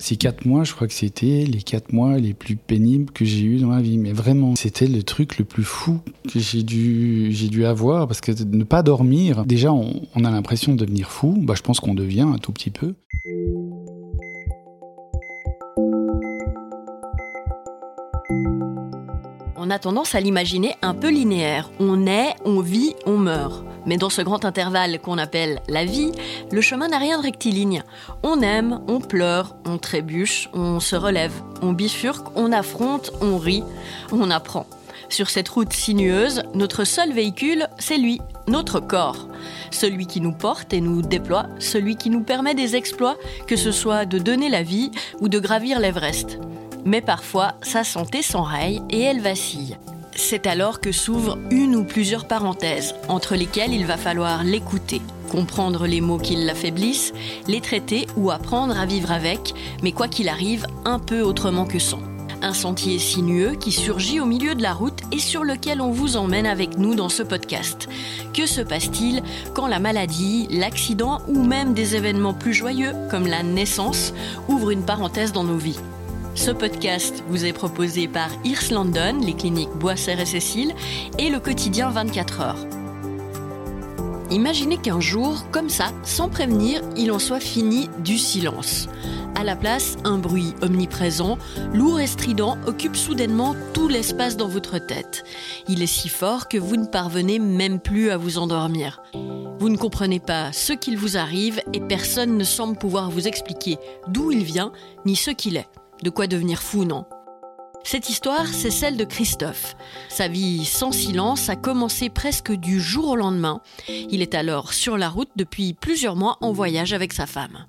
Ces 4 mois, je crois que c'était les 4 mois les plus pénibles que j'ai eus dans ma vie. Mais vraiment, c'était le truc le plus fou que j'ai dû avoir. Parce que ne pas dormir, déjà, on a l'impression de devenir fou. Je pense qu'on devient un tout petit peu. On a tendance à l'imaginer un peu linéaire. On naît, on vit, on meurt. Mais dans ce grand intervalle qu'on appelle la vie, le chemin n'a rien de rectiligne. On aime, on pleure, on trébuche, on se relève, on bifurque, on affronte, on rit, on apprend. Sur cette route sinueuse, notre seul véhicule, c'est lui, notre corps. Celui qui nous porte et nous déploie, celui qui nous permet des exploits, que ce soit de donner la vie ou de gravir l'Everest. Mais parfois, sa santé s'enraye et elle vacille. C'est alors que s'ouvrent une ou plusieurs parenthèses, entre lesquelles il va falloir l'écouter, comprendre les mots qui l'affaiblissent, les traiter ou apprendre à vivre avec, mais quoi qu'il arrive, un peu autrement que sans. Un sentier sinueux qui surgit au milieu de la route et sur lequel on vous emmène avec nous dans ce podcast. Que se passe-t-il quand la maladie, l'accident ou même des événements plus joyeux, comme la naissance, ouvrent une parenthèse dans nos vies ? Ce podcast vous est proposé par Ears London, les cliniques Boisser et Cécile et le quotidien 24 heures. Imaginez qu'un jour, comme ça, sans prévenir, il en soit fini du silence. À la place, un bruit omniprésent, lourd et strident, occupe soudainement tout l'espace dans votre tête. Il est si fort que vous ne parvenez même plus à vous endormir. Vous ne comprenez pas ce qu'il vous arrive et personne ne semble pouvoir vous expliquer d'où il vient ni ce qu'il est. De quoi devenir fou, non ? Cette histoire, c'est celle de Christophe. Sa vie sans silence a commencé presque du jour au lendemain. Il est alors sur la route depuis plusieurs mois en voyage avec sa femme.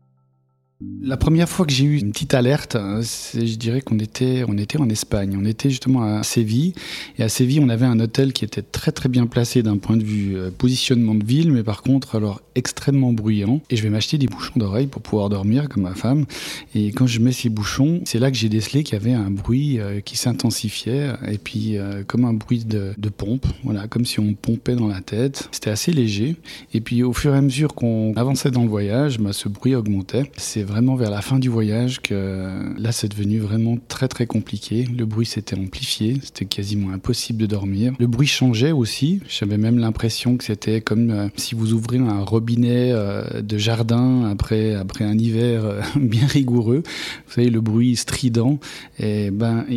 La première fois que j'ai eu une petite alerte, je dirais qu'on était en Espagne. On était justement à Séville. Et à Séville, on avait un hôtel qui était très très bien placé d'un point de vue positionnement de ville, mais par contre, alors extrêmement bruyant. Et je vais m'acheter des bouchons d'oreilles pour pouvoir dormir comme ma femme. Et quand je mets ces bouchons, c'est là que j'ai décelé qu'il y avait un bruit qui s'intensifiait. Et puis, comme un bruit de pompe, voilà, comme si on pompait dans la tête. C'était assez léger. Et puis, au fur et à mesure qu'on avançait dans le voyage, ce bruit augmentait. C'est vraiment vers la fin du voyage que là c'est devenu vraiment très très compliqué. Le bruit s'était amplifié, c'était quasiment impossible de dormir. Le bruit changeait aussi, j'avais même l'impression que c'était comme si vous ouvrez un robinet de jardin après un hiver bien rigoureux. Vous savez, le bruit strident. Et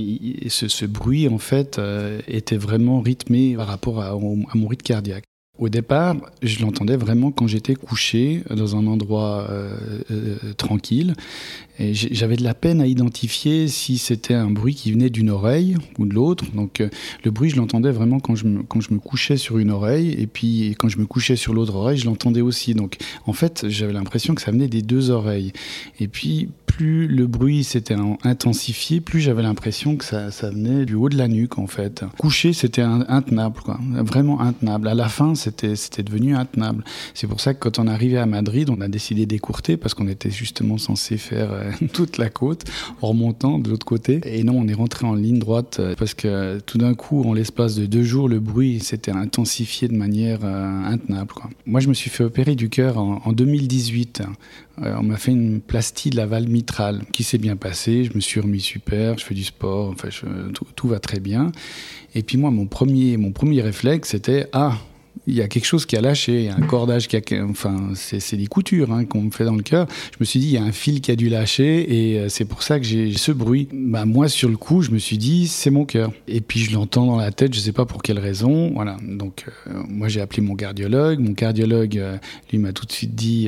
ce bruit en fait était vraiment rythmé par rapport à mon rythme cardiaque. Au départ, je l'entendais vraiment quand j'étais couché dans un endroit tranquille. Et j'avais de la peine à identifier si c'était un bruit qui venait d'une oreille ou de l'autre. Donc le bruit, je l'entendais vraiment quand je me couchais sur une oreille. Et puis quand je me couchais sur l'autre oreille, je l'entendais aussi. Donc en fait, j'avais l'impression que ça venait des deux oreilles. Et puis plus le bruit s'était intensifié, plus j'avais l'impression que ça venait du haut de la nuque en fait. Coucher, c'était intenable, quoi. Vraiment intenable. À la fin, c'était devenu intenable. C'est pour ça que quand on arrivait à Madrid, on a décidé d'écourter parce qu'on était justement censé faire toute la côte en remontant de l'autre côté. Et non, on est rentré en ligne droite parce que tout d'un coup, en l'espace de 2 jours, le bruit s'était intensifié de manière intenable, quoi. Moi, je me suis fait opérer du cœur en 2018. On m'a fait une plastie de la valve mitrale qui s'est bien passée. Je me suis remis super, je fais du sport, enfin, tout va très bien. Et puis moi, mon premier réflexe, c'était il y a quelque chose qui a lâché, il y a un cordage c'est des coutures qu'on me fait dans le cœur. Je me suis dit, il y a un fil qui a dû lâcher et c'est pour ça que j'ai ce bruit. Moi, sur le coup, je me suis dit, c'est mon cœur. Et puis, je l'entends dans la tête, je sais pas pour quelle raison. Voilà. Donc, moi, j'ai appelé mon cardiologue. Mon cardiologue, lui, m'a tout de suite dit,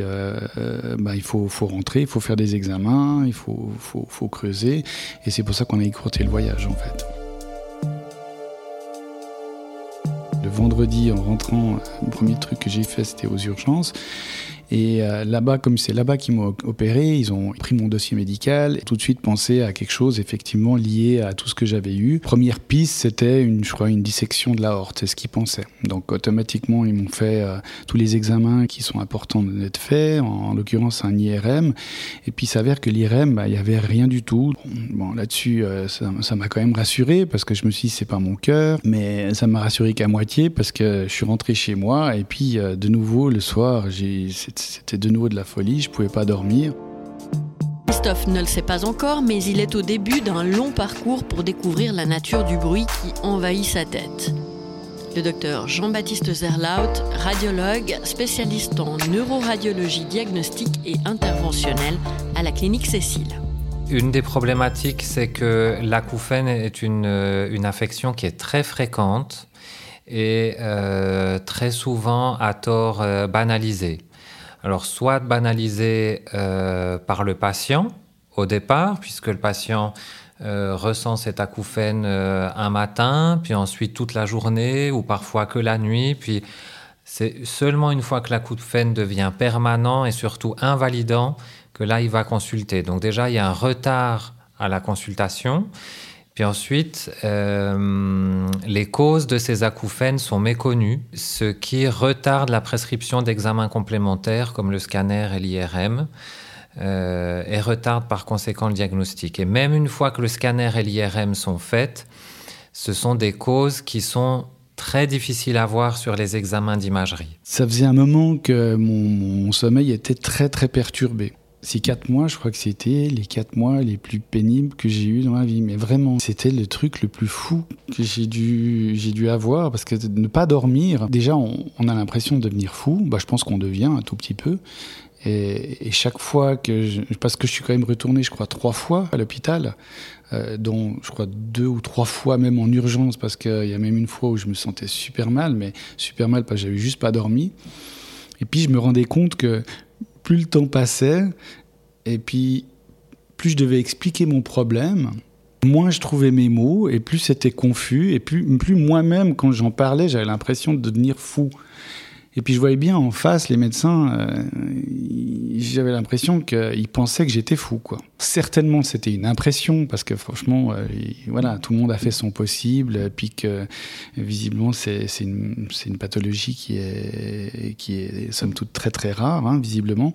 il faut rentrer, il faut faire des examens, il faut creuser. Et c'est pour ça qu'on a écourté le voyage, en fait. Le vendredi, en rentrant, le premier truc que j'ai fait, c'était aux urgences. Et là-bas, comme c'est là-bas qu'ils m'ont opéré, ils ont pris mon dossier médical et tout de suite pensé à quelque chose effectivement lié à tout ce que j'avais eu. Première piste, c'était une dissection de l'aorte, c'est ce qu'ils pensaient. Donc automatiquement, ils m'ont fait tous les examens qui sont importants d'être faits, en l'occurrence un IRM. Et puis il s'avère que l'IRM, il n'y avait rien du tout. Bon, là-dessus, ça m'a quand même rassuré parce que je me suis dit, c'est pas mon cœur, mais ça m'a rassuré qu'à moitié parce que je suis rentré chez moi et puis de nouveau le soir, c'était de nouveau de la folie, je pouvais pas dormir. Christophe ne le sait pas encore, mais il est au début d'un long parcours pour découvrir la nature du bruit qui envahit sa tête. Le docteur Jean-Baptiste Zerlaut, radiologue, spécialiste en neuroradiologie diagnostique et interventionnelle à la clinique Cécile. Une des problématiques, c'est que l'acouphène est une affection qui est très fréquente et très souvent à tort banalisée. Alors, soit banalisé par le patient au départ, puisque le patient ressent cet acouphène un matin, puis ensuite toute la journée, ou parfois que la nuit. Puis c'est seulement une fois que l'acouphène devient permanent et surtout invalidant que là, il va consulter. Donc déjà, il y a un retard à la consultation. Puis ensuite, les causes de ces acouphènes sont méconnues, ce qui retarde la prescription d'examens complémentaires comme le scanner et l'IRM, et retarde par conséquent le diagnostic. Et même une fois que le scanner et l'IRM sont faits, ce sont des causes qui sont très difficiles à voir sur les examens d'imagerie. Ça faisait un moment que mon sommeil était très très perturbé. Ces 4 mois, je crois que c'était les 4 mois les plus pénibles que j'ai eu dans ma vie. Mais vraiment, c'était le truc le plus fou que j'ai dû avoir. Parce que ne pas dormir, déjà, on a l'impression de devenir fou. Je pense qu'on devient un tout petit peu. Et chaque fois parce que je suis quand même retourné, je crois, 3 fois à l'hôpital, dont, je crois, 2 ou 3 fois même en urgence, parce qu'il y a même une fois où je me sentais super mal, mais super mal parce que j'avais juste pas dormi. Et puis, je me rendais compte que plus le temps passait, et puis plus je devais expliquer mon problème, moins je trouvais mes mots, et plus c'était confus, et plus moi-même, quand j'en parlais, j'avais l'impression de devenir fou. Et puis je voyais bien en face, les médecins, j'avais l'impression qu'ils pensaient que j'étais fou, quoi. Certainement, c'était une impression, parce que franchement, voilà, tout le monde a fait son possible, puis que visiblement, c'est une pathologie qui est somme toute très très rare, hein, visiblement.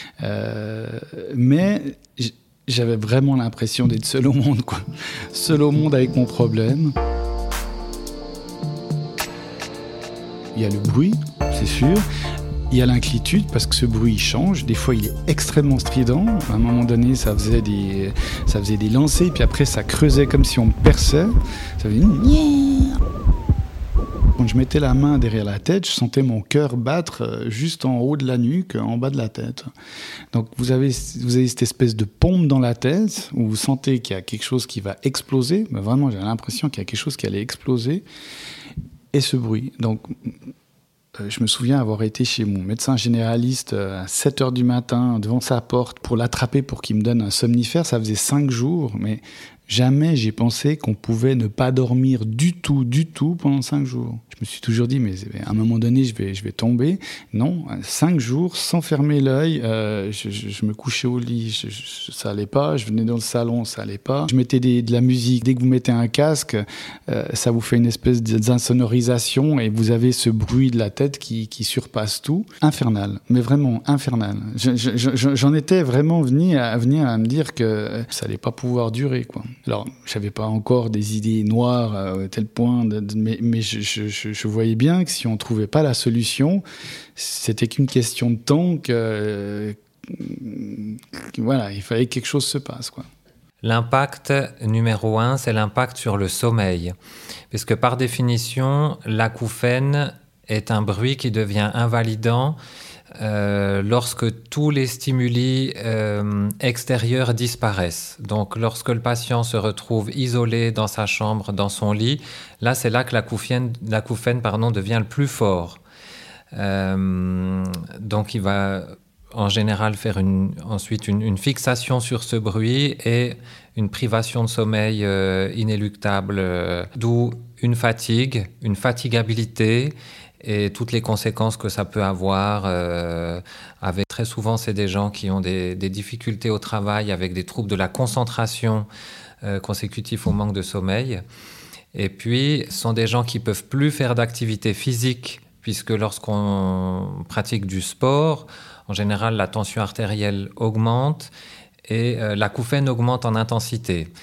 Mais j'avais vraiment l'impression d'être seul au monde, quoi. Seul au monde avec mon problème. Il y a le bruit, c'est sûr. Il y a l'inquiétude, parce que ce bruit change. Des fois, il est extrêmement strident. À un moment donné, ça faisait des lancers, puis après, ça creusait comme si on me perçait. Ça faisait... Quand je mettais la main derrière la tête, je sentais mon cœur battre juste en haut de la nuque, en bas de la tête. Donc, vous avez cette espèce de pompe dans la tête, où vous sentez qu'il y a quelque chose qui va exploser. Mais vraiment, j'ai l'impression qu'il y a quelque chose qui allait exploser. Et ce bruit. Donc, je me souviens avoir été chez mon médecin généraliste à 7h du matin devant sa porte pour l'attraper pour qu'il me donne un somnifère. Ça faisait 5 jours, mais jamais j'ai pensé qu'on pouvait ne pas dormir du tout pendant 5 jours. Je me suis toujours dit, mais à un moment donné, je vais tomber. Non, 5 jours sans fermer l'œil, je me couchais au lit, ça allait pas. Je venais dans le salon, ça allait pas. Je mettais de la musique. Dès que vous mettez un casque, ça vous fait une espèce d'insonorisation et vous avez ce bruit de la tête qui surpasse tout. Infernal, mais vraiment infernal. J'en étais vraiment venu à me dire que ça allait pas pouvoir durer, quoi. Alors, j'avais pas encore des idées noires à tel point, mais je voyais bien que si on trouvait pas la solution, c'était qu'une question de temps voilà, il fallait que quelque chose se passe, quoi. L'impact numéro 1, c'est l'impact sur le sommeil. Parce que par définition, l'acouphène est un bruit qui devient invalidant lorsque tous les stimuli extérieurs disparaissent. Donc lorsque le patient se retrouve isolé dans sa chambre, dans son lit, là c'est là que l'acouphène devient le plus fort. Donc il va en général faire ensuite une fixation sur ce bruit et une privation de sommeil inéluctable, d'où une fatigue, une fatigabilité et toutes les conséquences que ça peut avoir. Très souvent, c'est des gens qui ont des difficultés au travail avec des troubles de la concentration consécutifs au manque de sommeil. Et puis, ce sont des gens qui ne peuvent plus faire d'activité physique, puisque lorsqu'on pratique du sport, en général, la tension artérielle augmente et l'acouphène augmente en intensité.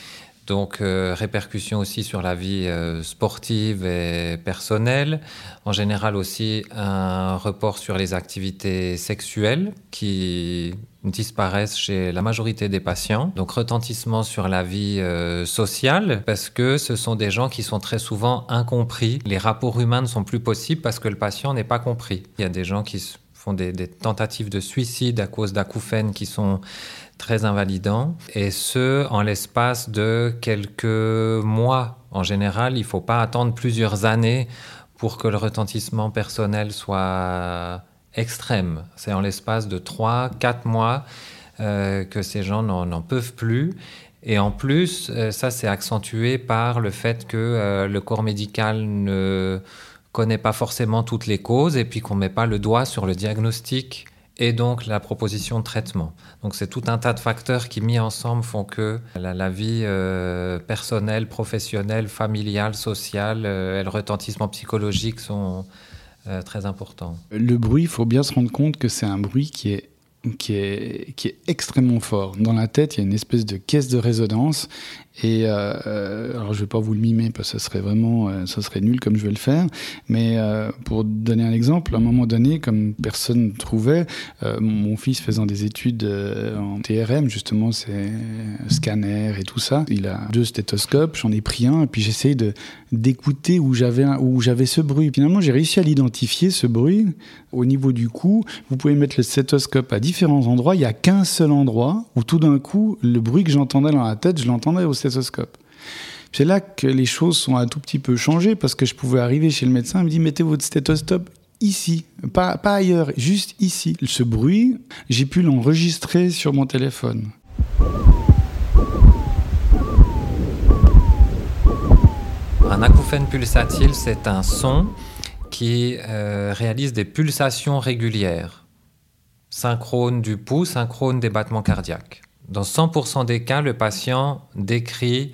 Donc, répercussions aussi sur la vie sportive et personnelle. En général aussi, un report sur les activités sexuelles qui disparaissent chez la majorité des patients. Donc, retentissement sur la vie sociale parce que ce sont des gens qui sont très souvent incompris. Les rapports humains ne sont plus possibles parce que le patient n'est pas compris. Il y a des gens qui font des tentatives de suicide à cause d'acouphènes qui sont très invalidants, et ce, en l'espace de quelques mois. En général, il ne faut pas attendre plusieurs années pour que le retentissement personnel soit extrême. C'est en l'espace de 3-4 mois que ces gens n'en peuvent plus. Et en plus, ça, c'est accentué par le fait que le corps médical ne connaît pas forcément toutes les causes et puis qu'on ne met pas le doigt sur le diagnostic et donc la proposition de traitement. Donc c'est tout un tas de facteurs qui, mis ensemble, font que la vie personnelle, professionnelle, familiale, sociale et le retentissement psychologique sont très importants. Le bruit, il faut bien se rendre compte que c'est un bruit qui est extrêmement fort. Dans la tête, il y a une espèce de caisse de résonance. Et alors, je ne vais pas vous le mimer parce que ça serait nul comme je vais le faire. Mais pour donner un exemple, à un moment donné, comme personne ne trouvait, mon fils faisant des études en TRM, justement, c'est scanner et tout ça. Il a 2 stéthoscopes, j'en ai pris un, et puis j'essaye d'écouter où j'avais ce bruit. Finalement, j'ai réussi à l'identifier, ce bruit, au niveau du cou. Vous pouvez mettre le stéthoscope à différents endroits. Il n'y a qu'un seul endroit où tout d'un coup, le bruit que j'entendais dans la tête, je l'entendais au stéthoscope. C'est là que les choses sont un tout petit peu changées, parce que je pouvais arriver chez le médecin, il me dit « mettez votre stéthoscope ici, pas ailleurs, juste ici ». Ce bruit, j'ai pu l'enregistrer sur mon téléphone. Un acouphène pulsatile, c'est un son qui réalise des pulsations régulières, synchrones du pouls, synchrones des battements cardiaques. Dans 100% des cas, le patient décrit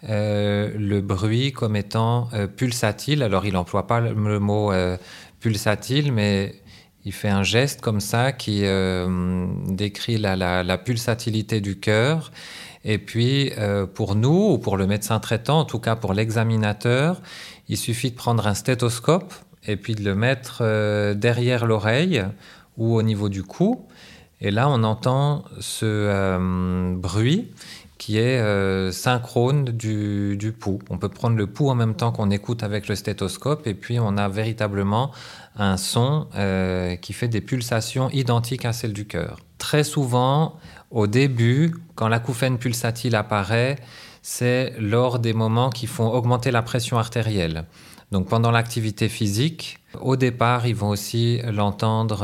le bruit comme étant pulsatile. Alors, il n'emploie pas le mot pulsatile, mais il fait un geste comme ça qui décrit la pulsatilité du cœur. Et puis, pour nous, ou pour le médecin traitant, en tout cas pour l'examinateur, il suffit de prendre un stéthoscope et puis de le mettre derrière l'oreille ou au niveau du cou. Et là, on entend ce bruit qui est synchrone du pouls. On peut prendre le pouls en même temps qu'on écoute avec le stéthoscope, et puis on a véritablement un son qui fait des pulsations identiques à celles du cœur. Très souvent, au début, quand l'acouphène pulsatile apparaît, c'est lors des moments qui font augmenter la pression artérielle. Donc pendant l'activité physique, au départ, ils vont aussi l'entendre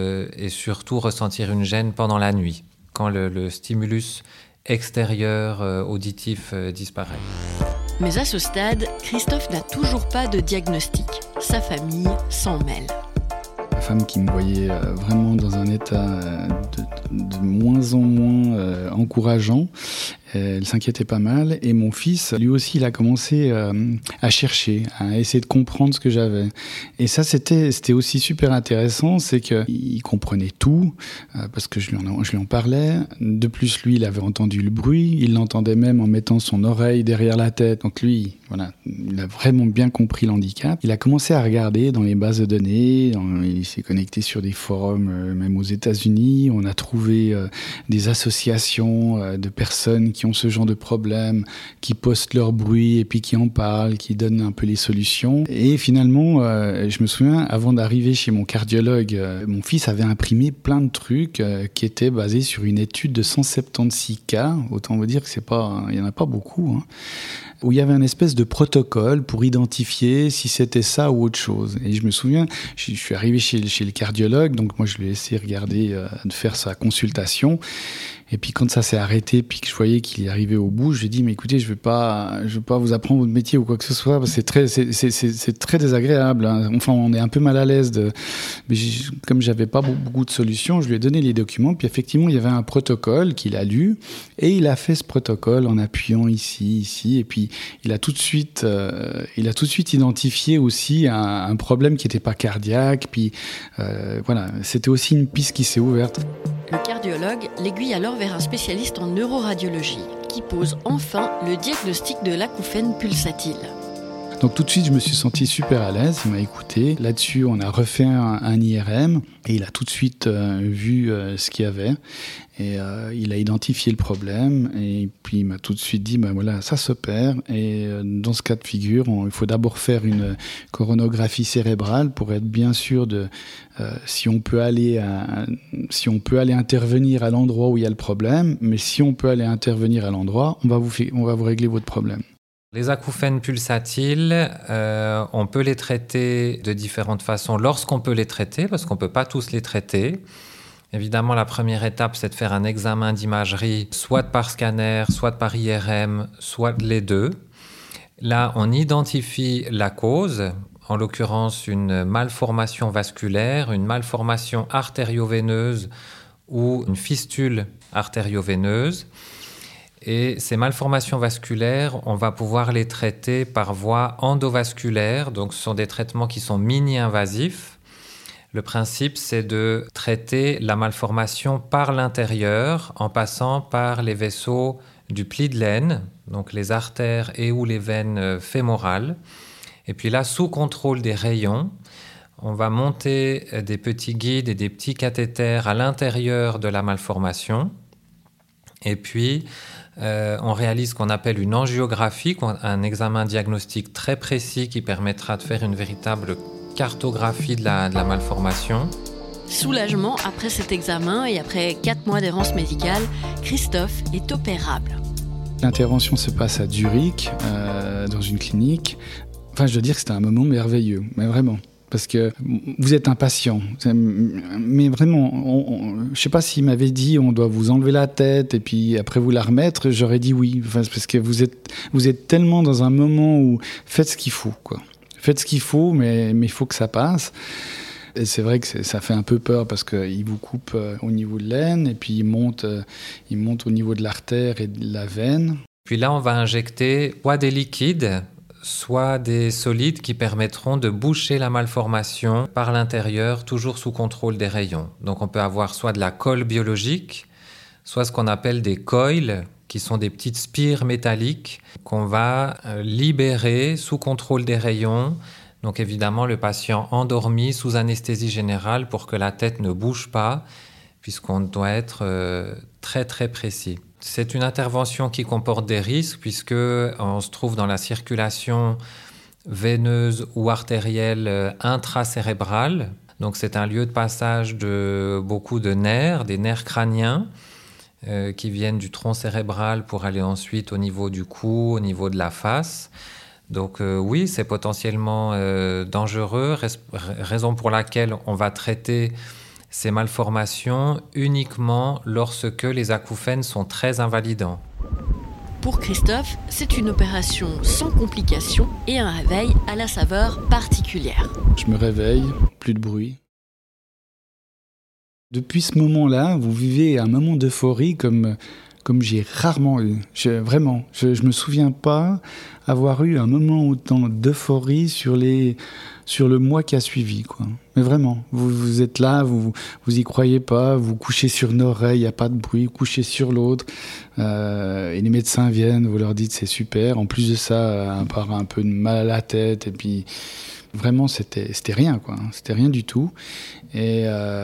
et surtout ressentir une gêne pendant la nuit, quand le stimulus extérieur auditif disparaît. Mais à ce stade, Christophe n'a toujours pas de diagnostic. Sa famille s'en mêle. La femme qui me voyait vraiment dans un état de moins en moins encourageant, elle s'inquiétait pas mal. Et mon fils, lui aussi, il a commencé à chercher, à essayer de comprendre ce que j'avais. Et ça, c'était aussi super intéressant, c'est qu'il comprenait tout, parce que je lui en parlais. De plus, lui, il avait entendu le bruit, il l'entendait même en mettant son oreille derrière la tête. Donc lui, voilà, il a vraiment bien compris l'handicap. Il a commencé à regarder dans les bases de données, il s'est connecté sur des forums, même aux États-Unis. On a trouvé des associations de personnes qui ont ce genre de problème, qui postent leur bruit et puis qui en parlent, qui donnent un peu les solutions. Et finalement, je me souviens, avant d'arriver chez mon cardiologue, mon fils avait imprimé plein de trucs qui étaient basés sur une étude de 176 cas. Autant vous dire que il n'y en a pas beaucoup, hein, où il y avait un espèce de protocole pour identifier si c'était ça ou autre chose. Et je me souviens, je suis arrivé chez le cardiologue, donc moi je lui ai laissé regarder, de faire sa consultation. Et puis quand ça s'est arrêté, puis que je voyais qu'il arrivait au bout, je lui ai dit mais écoutez, je veux pas vous apprendre votre métier ou quoi que ce soit, parce que c'est très désagréable, hein. Enfin, on est un peu mal à l'aise mais comme j'avais pas beaucoup de solutions, je lui ai donné les documents, puis effectivement il y avait un protocole qu'il a lu, et il a fait ce protocole en appuyant ici, et puis il a tout de suite identifié aussi un problème qui n'était pas cardiaque, puis voilà, c'était aussi une piste qui s'est ouverte. Le cardiologue l'aiguille alors vers un spécialiste en neuroradiologie. qui pose enfin le diagnostic de l'acouphène pulsatile. Donc tout de suite, je me suis senti super à l'aise, il m'a écouté. Là-dessus, on a refait un IRM et il a tout de suite vu ce qu'il y avait. Et il a identifié le problème et puis il m'a tout de suite dit, voilà, ça s'opère. Et dans ce cas de figure, il faut d'abord faire une coronographie cérébrale pour être bien sûr de si on peut aller intervenir à l'endroit où il y a le problème. Mais si on peut aller intervenir à l'endroit, on va vous régler votre problème. Les acouphènes pulsatiles, on peut les traiter de différentes façons lorsqu'on peut les traiter, parce qu'on ne peut pas tous les traiter. Évidemment, la première étape, c'est de faire un examen d'imagerie, soit par scanner, soit par IRM, soit les deux. Là, on identifie la cause, en l'occurrence une malformation vasculaire, une malformation artério-veineuse ou une fistule artério-veineuse. Et ces malformations vasculaires, on va pouvoir les traiter par voie endovasculaire. Donc, ce sont des traitements qui sont mini-invasifs. Le principe, c'est de traiter la malformation par l'intérieur en passant par les vaisseaux du pli de l'aine, donc les artères et ou les veines fémorales. Et puis là, sous contrôle des rayons, on va monter des petits guides et des petits cathéters à l'intérieur de la malformation. Et puis, on réalise ce qu'on appelle une angiographie, un examen diagnostique très précis qui permettra de faire une véritable cartographie de la malformation. Soulagement après cet examen et après 4 mois d'errance médicale, Christophe est opérable. L'intervention se passe à Zurich, dans une clinique. Enfin, je dois dire que c'était un moment merveilleux, mais vraiment. Parce que vous êtes impatient. Mais vraiment, je ne sais pas s'il m'avait dit on doit vous enlever la tête et puis après vous la remettre, j'aurais dit oui. Enfin, parce que vous êtes tellement dans un moment où faites ce qu'il faut, quoi. Faites ce qu'il faut, mais il faut que ça passe. Et c'est vrai que ça fait un peu peur parce qu'il vous coupe au niveau de l'aine et puis il monte au niveau de l'artère et de la veine. Puis là, on va injecter soit des liquides, soit des solides qui permettront de boucher la malformation par l'intérieur, toujours sous contrôle des rayons. Donc on peut avoir soit de la colle biologique, soit ce qu'on appelle des coils, qui sont des petites spires métalliques qu'on va libérer sous contrôle des rayons. Donc évidemment, le patient endormi sous anesthésie générale pour que la tête ne bouge pas, puisqu'on doit être très très précis. C'est une intervention qui comporte des risques puisqu'on se trouve dans la circulation veineuse ou artérielle intracérébrale. Donc c'est un lieu de passage de beaucoup de nerfs, des nerfs crâniens qui viennent du tronc cérébral pour aller ensuite au niveau du cou, au niveau de la face. Donc oui, c'est potentiellement dangereux, raison pour laquelle on va traiter ces malformations uniquement lorsque les acouphènes sont très invalidants. Pour Christophe, c'est une opération sans complications et un réveil à la saveur particulière. Je me réveille, plus de bruit. Depuis ce moment-là, vous vivez un moment d'euphorie comme j'ai rarement eu. Vraiment, je me souviens pas avoir eu un moment autant d'euphorie sur le mois qui a suivi, quoi. Mais vraiment, vous êtes là, vous y croyez pas, vous couchez sur une oreille, il n'y a pas de bruit, vous couchez sur l'autre, et les médecins viennent, vous leur dites c'est super. En plus de ça, à part un peu de mal à la tête, et puis vraiment c'était rien, quoi. C'était rien du tout. Et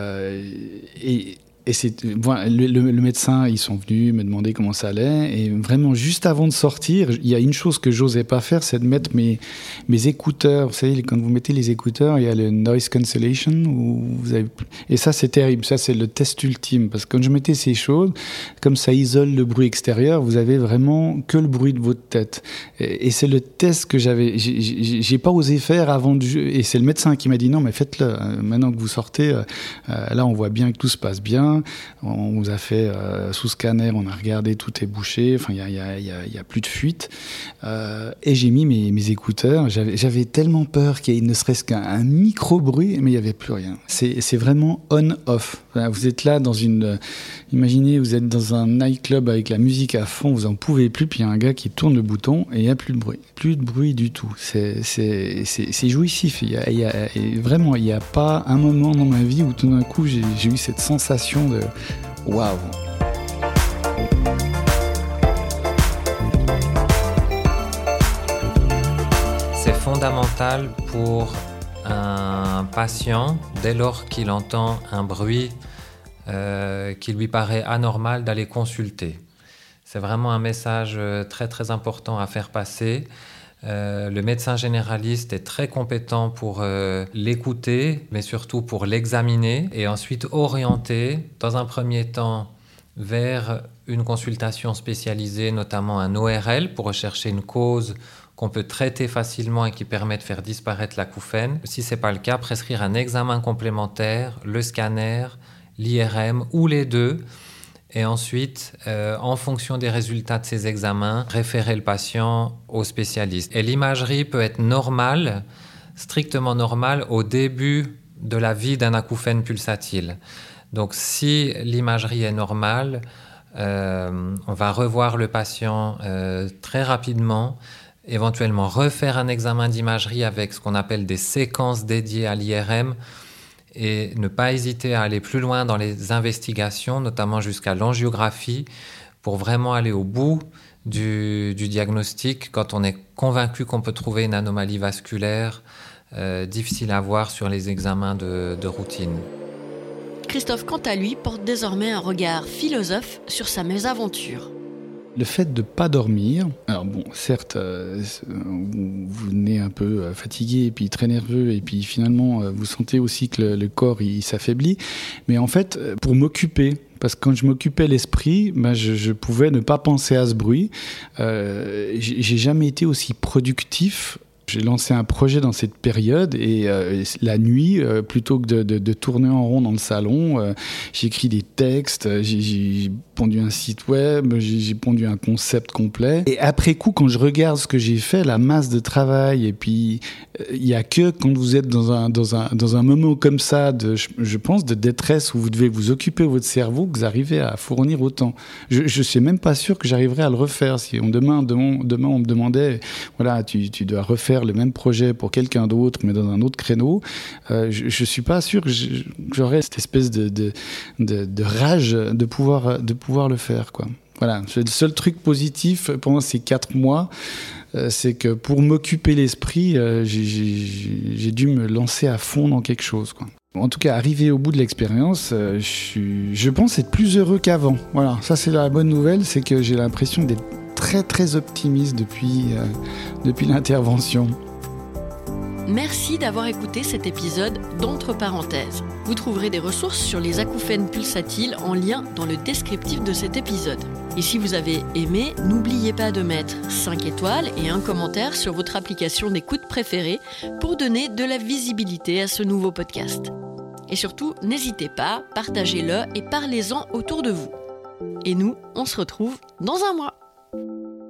le médecin, ils sont venus me demander comment ça allait. Et vraiment, juste avant de sortir, il y a une chose que j'osais pas faire, c'est de mettre mes écouteurs. Vous savez, quand vous mettez les écouteurs, il y a le noise cancellation. Et ça, c'est terrible. Ça, c'est le test ultime. Parce que quand je mettais ces choses, comme ça isole le bruit extérieur, vous avez vraiment que le bruit de votre tête. Et c'est le test que j'ai pas osé faire avant et c'est le médecin qui m'a dit non, mais faites-le. Maintenant que vous sortez, là, on voit bien que tout se passe bien. On vous a fait sous scanner, on a regardé, tout est bouché, enfin il y a plus de fuite. Et j'ai mis mes écouteurs. J'avais tellement peur qu'il y ait ne serait-ce qu'un micro bruit, mais il y avait plus rien. C'est vraiment on/off. Vous êtes là imaginez, vous êtes dans un nightclub avec la musique à fond, vous en pouvez plus, puis il y a un gars qui tourne le bouton et il y a plus de bruit du tout. C'est jouissif. Vraiment, il n'y a pas un moment dans ma vie où tout d'un coup j'ai eu cette sensation de waouh. fondamental pour un patient, dès lors qu'il entend un bruit qui lui paraît anormal, d'aller consulter. C'est vraiment un message très très important à faire passer. Le médecin généraliste est très compétent pour l'écouter, mais surtout pour l'examiner et ensuite orienter, dans un premier temps, vers une consultation spécialisée, notamment un ORL, pour rechercher une cause qu'on peut traiter facilement et qui permet de faire disparaître l'acouphène. Si ce n'est pas le cas, prescrire un examen complémentaire, le scanner, l'IRM ou les deux. Et ensuite, en fonction des résultats de ces examens, référer le patient au spécialiste. Et l'imagerie peut être normale, strictement normale, au début de la vie d'un acouphène pulsatile. Donc, si l'imagerie est normale, on va revoir le patient très rapidement, éventuellement refaire un examen d'imagerie avec ce qu'on appelle des séquences dédiées à l'IRM, et ne pas hésiter à aller plus loin dans les investigations, notamment jusqu'à l'angiographie, pour vraiment aller au bout du diagnostic quand on est convaincu qu'on peut trouver une anomalie vasculaire difficile à voir sur les examens de routine. Christophe, quant à lui, porte désormais un regard philosophe sur sa mésaventure. Le fait de ne pas dormir, alors bon, certes, vous venez un peu fatigué et puis très nerveux et puis finalement vous sentez aussi que le corps il s'affaiblit, mais en fait pour m'occuper, parce que quand je m'occupais l'esprit, je pouvais ne pas penser à ce bruit. J'ai jamais été aussi productif. J'ai lancé un projet dans cette période et la nuit, plutôt que de tourner en rond dans le salon, j'ai écrit des textes, j'ai pondu un site web, j'ai pondu un concept complet. Et après coup, quand je regarde ce que j'ai fait, la masse de travail, et puis il y a que quand vous êtes dans un moment comme ça, je pense, de détresse où vous devez vous occuper de votre cerveau, que vous arrivez à fournir autant. Je suis même pas sûr que j'arriverais à le refaire. Si demain on me demandait, voilà, tu dois refaire le même projet pour quelqu'un d'autre, mais dans un autre créneau, je suis pas sûr que j'aurais cette espèce de rage de pouvoir le faire, quoi. Voilà, c'est le seul truc positif pendant ces 4 mois, c'est que pour m'occuper l'esprit, j'ai dû me lancer à fond dans quelque chose, quoi. En tout cas, arrivé au bout de l'expérience, je pense être plus heureux qu'avant. Voilà, ça c'est la bonne nouvelle, c'est que j'ai l'impression d'être très très optimiste depuis l'intervention. Merci d'avoir écouté cet épisode d'Entre parenthèses. Vous trouverez des ressources sur les acouphènes pulsatiles en lien dans le descriptif de cet épisode. Et si vous avez aimé, n'oubliez pas de mettre 5 étoiles et un commentaire sur votre application d'écoute préférée pour donner de la visibilité à ce nouveau podcast. Et surtout, n'hésitez pas, partagez-le et parlez-en autour de vous. Et nous, on se retrouve dans un mois.